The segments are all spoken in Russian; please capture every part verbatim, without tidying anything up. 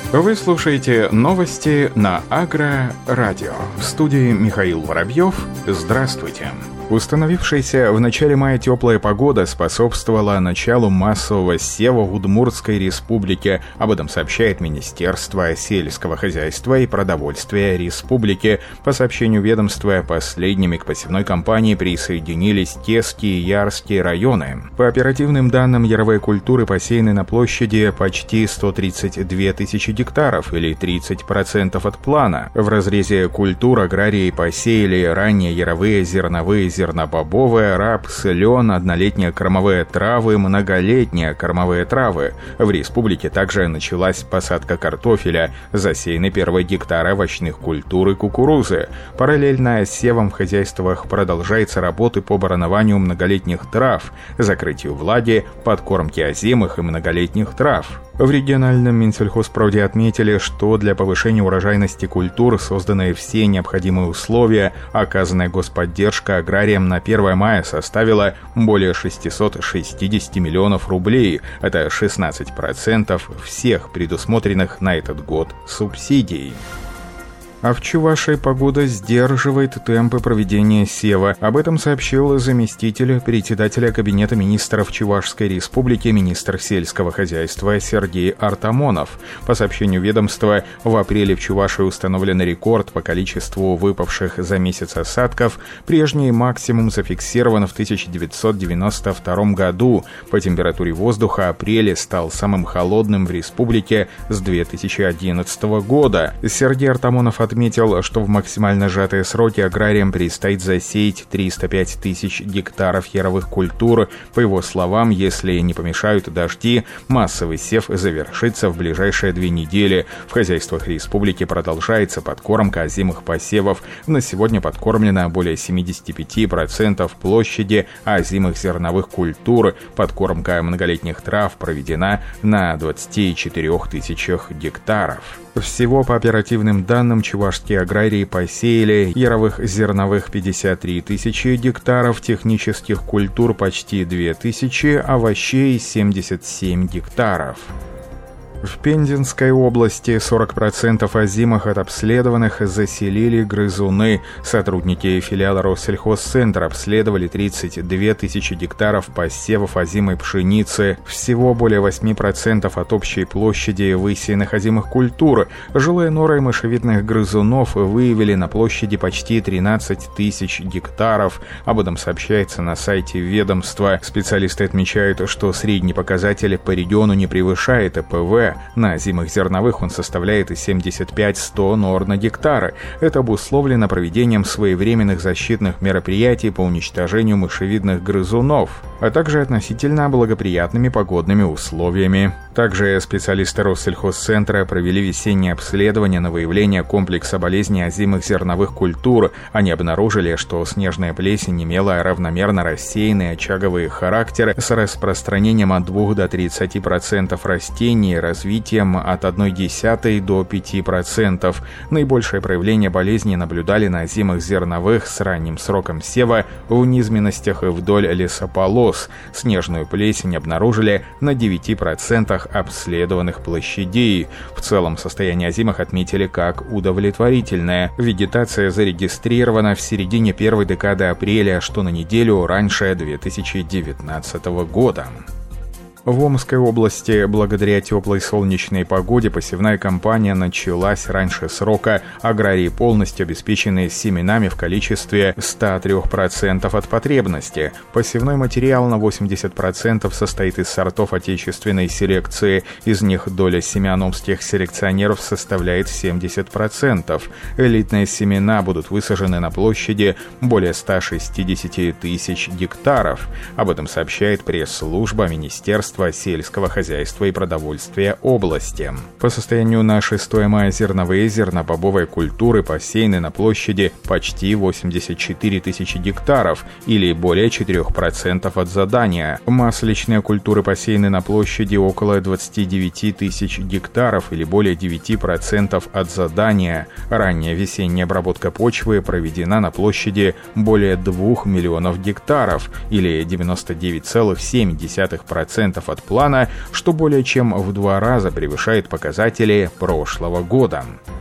Вы слушаете новости на Агро-радио. В студии Михаил Воробьев. Здравствуйте. Установившаяся в начале мая теплая погода способствовала началу массового сева в Удмуртской республике. Об этом сообщает Министерство сельского хозяйства и продовольствия республики. По сообщению ведомства, последними к посевной кампании присоединились Тесские и Ярские районы. По оперативным данным, яровые культуры посеяны на площади почти сто тридцать две тысячи гектаров, или тридцать процентов от плана. В разрезе культур аграрии посеяли ранние яровые, зерновые, зернобобовые, рапс, лен, однолетние кормовые травы, многолетние кормовые травы. В республике также началась посадка картофеля, засеяны первые гектары овощных культур и кукурузы. Параллельно с севом в хозяйствах продолжается работа по баранованию многолетних трав, закрытию влаги, подкормке озимых и многолетних трав. В региональном Минсельхозпроде отметили, что для повышения урожайности культур созданы все необходимые условия. Оказанная господдержка аграриям на первое мая составила более шестьсот шестьдесят миллионов рублей. Это шестнадцать процентов всех предусмотренных на этот год субсидий. А в Чувашии погода сдерживает темпы проведения сева. Об этом сообщил заместитель председателя Кабинета министров Чувашской республики, министр сельского хозяйства Сергей Артамонов. По сообщению ведомства, в апреле в Чувашии установлен рекорд по количеству выпавших за месяц осадков. Прежний максимум зафиксирован в тысяча девятьсот девяносто втором году. По температуре воздуха апрель стал самым холодным в республике с две тысячи одиннадцатого года. Сергей Артамонов отметил, отметил, что в максимально сжатые сроки аграриям предстоит засеять триста пять тысяч гектаров яровых культур. По его словам, если не помешают дожди, массовый сев завершится в ближайшие две недели. В хозяйствах республики продолжается подкормка озимых посевов. На сегодня подкормлено более семьдесят пять процентов площади озимых зерновых культур. Подкормка многолетних трав проведена на двадцати четырёх тысячах гектаров. Всего по оперативным данным чувашские аграрии посеяли яровых зерновых пятьдесят три тысячи гектаров, технических культур почти две тысячи, овощей семьдесят семь гектаров. В Пензенской области сорок процентов озимых от обследованных заселили грызуны. Сотрудники филиала Россельхозцентра обследовали тридцать две тысячи гектаров посевов озимой пшеницы. Всего более восемь процентов от общей площади высеянных озимых культур. Жилые норы мышевидных грызунов выявили на площади почти тринадцать тысяч гектаров. Об этом сообщается на сайте ведомства. Специалисты отмечают, что средний показатель по региону не превышает ЭПВ. На озимых зерновых он составляет семьдесят пять - сто нор на гектар. Это обусловлено проведением своевременных защитных мероприятий по уничтожению мышевидных грызунов, а также относительно благоприятными погодными условиями. Также специалисты Россельхозцентра провели весеннее обследование на выявление комплекса болезней озимых зерновых культур. Они обнаружили, что снежная плесень имела равномерно рассеянный очаговый характер с распространением от двух до тридцати процентов растений, развитием от одной десятой до пяти процентов. Наибольшее проявление болезни наблюдали на озимых зерновых с ранним сроком сева в низменностях и вдоль лесополос. Снежную плесень обнаружили на девяти процентах обследованных площадей. В целом состояние озимых отметили как удовлетворительное. Вегетация зарегистрирована в середине первой декады апреля, что на неделю раньше две тысячи девятнадцатого года. В Омской области благодаря теплой солнечной погоде посевная кампания началась раньше срока. Аграрии полностью обеспечены семенами в количестве ста трёх процентов от потребности. Посевной материал на восемьдесят процентов состоит из сортов отечественной селекции. Из них доля семян омских селекционеров составляет семьдесят процентов. Элитные семена будут высажены на площади более ста шестидесяти тысяч гектаров. Об этом сообщает пресс-служба Министерства сельского хозяйства и продовольствия области. По состоянию на шестое мая зерновые и зернобобовые культуры посеяны на площади почти восемьдесят четыре тысячи гектаров, или более четырех процентов от задания. Масличные культуры посеяны на площади около двадцати девяти тысяч гектаров, или более девяти процентов от задания. Ранняя весенняя обработка почвы проведена на площади более двух миллионов гектаров, или девяносто девять целых семь десятых процента процентов от плана, что более чем в два раза превышает показатели прошлого года.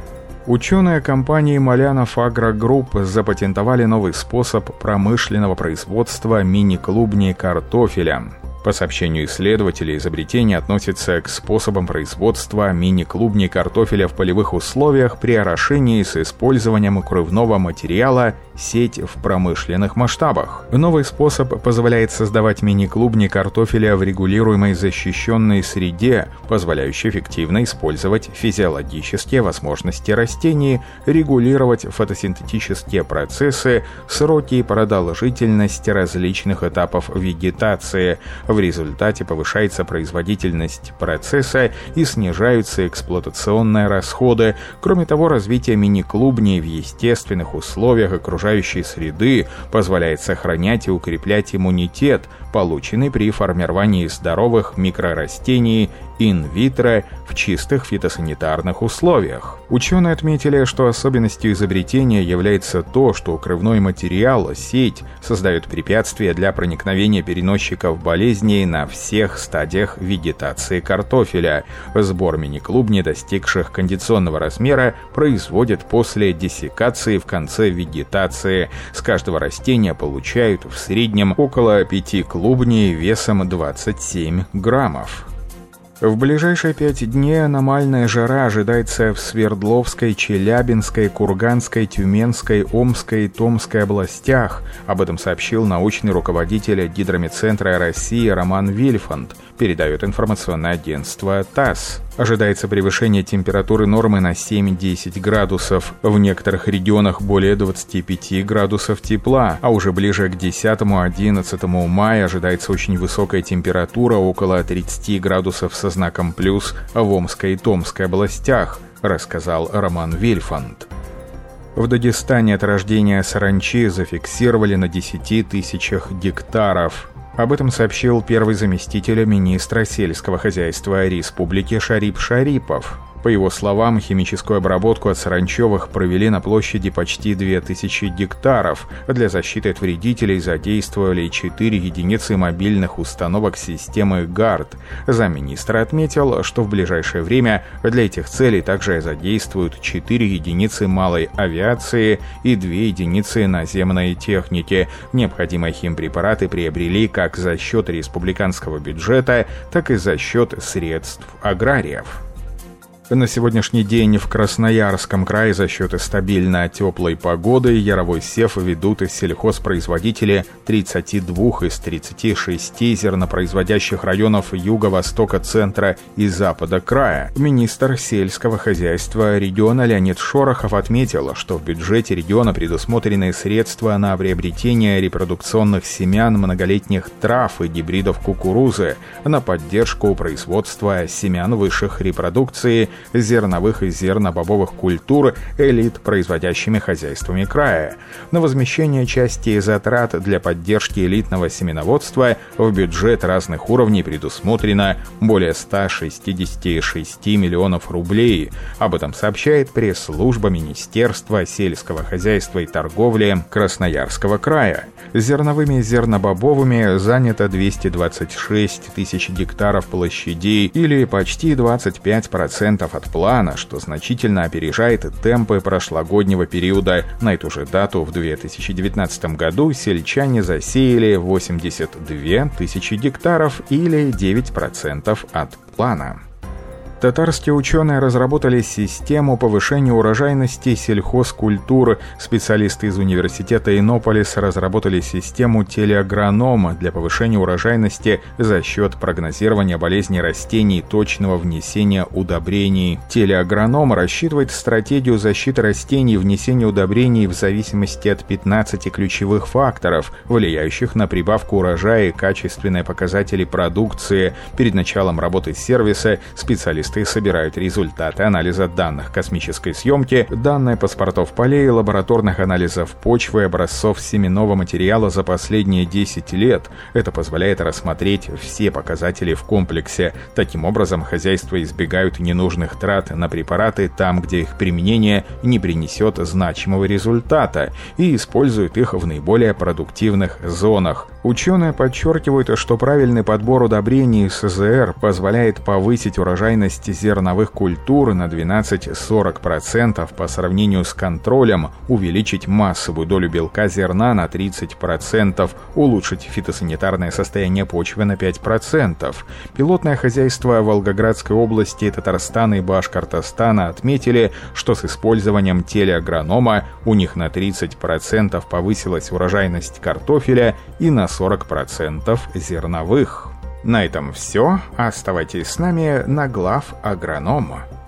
Ученые компании Малянов Агро Групп запатентовали новый способ промышленного производства мини-клубней картофеля. По сообщению исследователей, изобретение относится к способам производства мини-клубней картофеля в полевых условиях при орошении с использованием укрывного материала сеть в промышленных масштабах. Новый способ позволяет создавать мини-клубни картофеля в регулируемой защищенной среде, позволяющей эффективно использовать физиологические возможности растений, регулировать фотосинтетические процессы, сроки и продолжительность различных этапов вегетации. В результате повышается производительность процесса и снижаются эксплуатационные расходы. Кроме того, развитие мини-клубней в естественных условиях окружающей среды позволяет сохранять и укреплять иммунитет, полученный при формировании здоровых микрорастений ин-витро в чистых фитосанитарных условиях. Ученые отметили, что особенностью изобретения является то, что укрывной материал, сеть, создает препятствия для проникновения переносчиков болезней на всех стадиях вегетации картофеля. Сбор мини-клубней, достигших кондиционного размера, производят после диссекации в конце вегетации. С каждого растения получают в среднем около пяти клубней весом двадцать семь граммов. В ближайшие пять дней аномальная жара ожидается в Свердловской, Челябинской, Курганской, Тюменской, Омской и Томской областях. Об этом сообщил научный руководитель Гидрометцентра России Роман Вильфанд, передает информационное агентство ТАСС. Ожидается превышение температуры нормы на семь-десять градусов. В некоторых регионах более двадцати пяти градусов тепла, а уже ближе к десятому-одиннадцатому мая ожидается очень высокая температура, около тридцати градусов со знаком плюс в Омской и Томской областях, рассказал Роман Вильфанд. В Дагестане от рождения саранчи зафиксировали на десяти тысячах гектаров. Об этом сообщил первый заместитель министра сельского хозяйства республики Шарип Шарипов. По его словам, химическую обработку от саранчевых провели на площади почти две тысячи гектаров. Для защиты от вредителей задействовали четыре единицы мобильных установок системы ГАРД. Замминистра отметил, что в ближайшее время для этих целей также задействуют четыре единицы малой авиации и две единицы наземной техники. Необходимые химпрепараты приобрели как за счет республиканского бюджета, так и за счет средств аграриев. На сегодняшний день в Красноярском крае за счет стабильно теплой погоды яровой сев ведут сельхозпроизводители тридцати двух из тридцати шести зернопроизводящих районов юго-востока, центра и запада края. Министр сельского хозяйства региона Леонид Шорохов отметил, что в бюджете региона предусмотрены средства на приобретение репродукционных семян многолетних трав и гибридов кукурузы, на поддержку производства семян высших репродукций, зерновых и зернобобовых культур элит производящими хозяйствами края. На возмещение части затрат для поддержки элитного семеноводства в бюджет разных уровней предусмотрено более ста шестидесяти шести миллионов рублей. Об этом сообщает пресс-служба Министерства сельского хозяйства и торговли Красноярского края. Зерновыми и зернобобовыми занято двести двадцать шесть тысяч гектаров площадей или почти двадцать пять процентов от плана, что значительно опережает темпы прошлогоднего периода. На эту же дату в две тысячи девятнадцатом году сельчане засеяли восемьдесят две тысячи гектаров или девять процентов от плана. Татарские ученые разработали систему повышения урожайности сельхозкультур. Специалисты из университета Иннополис разработали систему телеагронома для повышения урожайности за счет прогнозирования болезней растений и точного внесения удобрений. Телеагроном рассчитывает стратегию защиты растений и внесения удобрений в зависимости от пятнадцати ключевых факторов, влияющих на прибавку урожая и качественные показатели продукции. Перед началом работы сервиса специалисты специалисты собирают результаты анализа данных космической съемки, данные паспортов полей, лабораторных анализов почвы и образцов семенного материала за последние десять лет. Это позволяет рассмотреть все показатели в комплексе. Таким образом, хозяйства избегают ненужных трат на препараты там, где их применение не принесет значимого результата, и используют их в наиболее продуктивных зонах. Ученые подчеркивают, что правильный подбор удобрений эс зэ эр позволяет повысить урожайность зерновых культур на двенадцать-сорок процентов по сравнению с контролем, увеличить массовую долю белка зерна на тридцать процентов, улучшить фитосанитарное состояние почвы на пять процентов. Пилотное хозяйство Волгоградской области, Татарстана и Башкортостана отметили, что с использованием телеагронома у них на тридцать процентов повысилась урожайность картофеля и на сорок процентов зерновых. На этом все. Оставайтесь с нами на Глав агронома.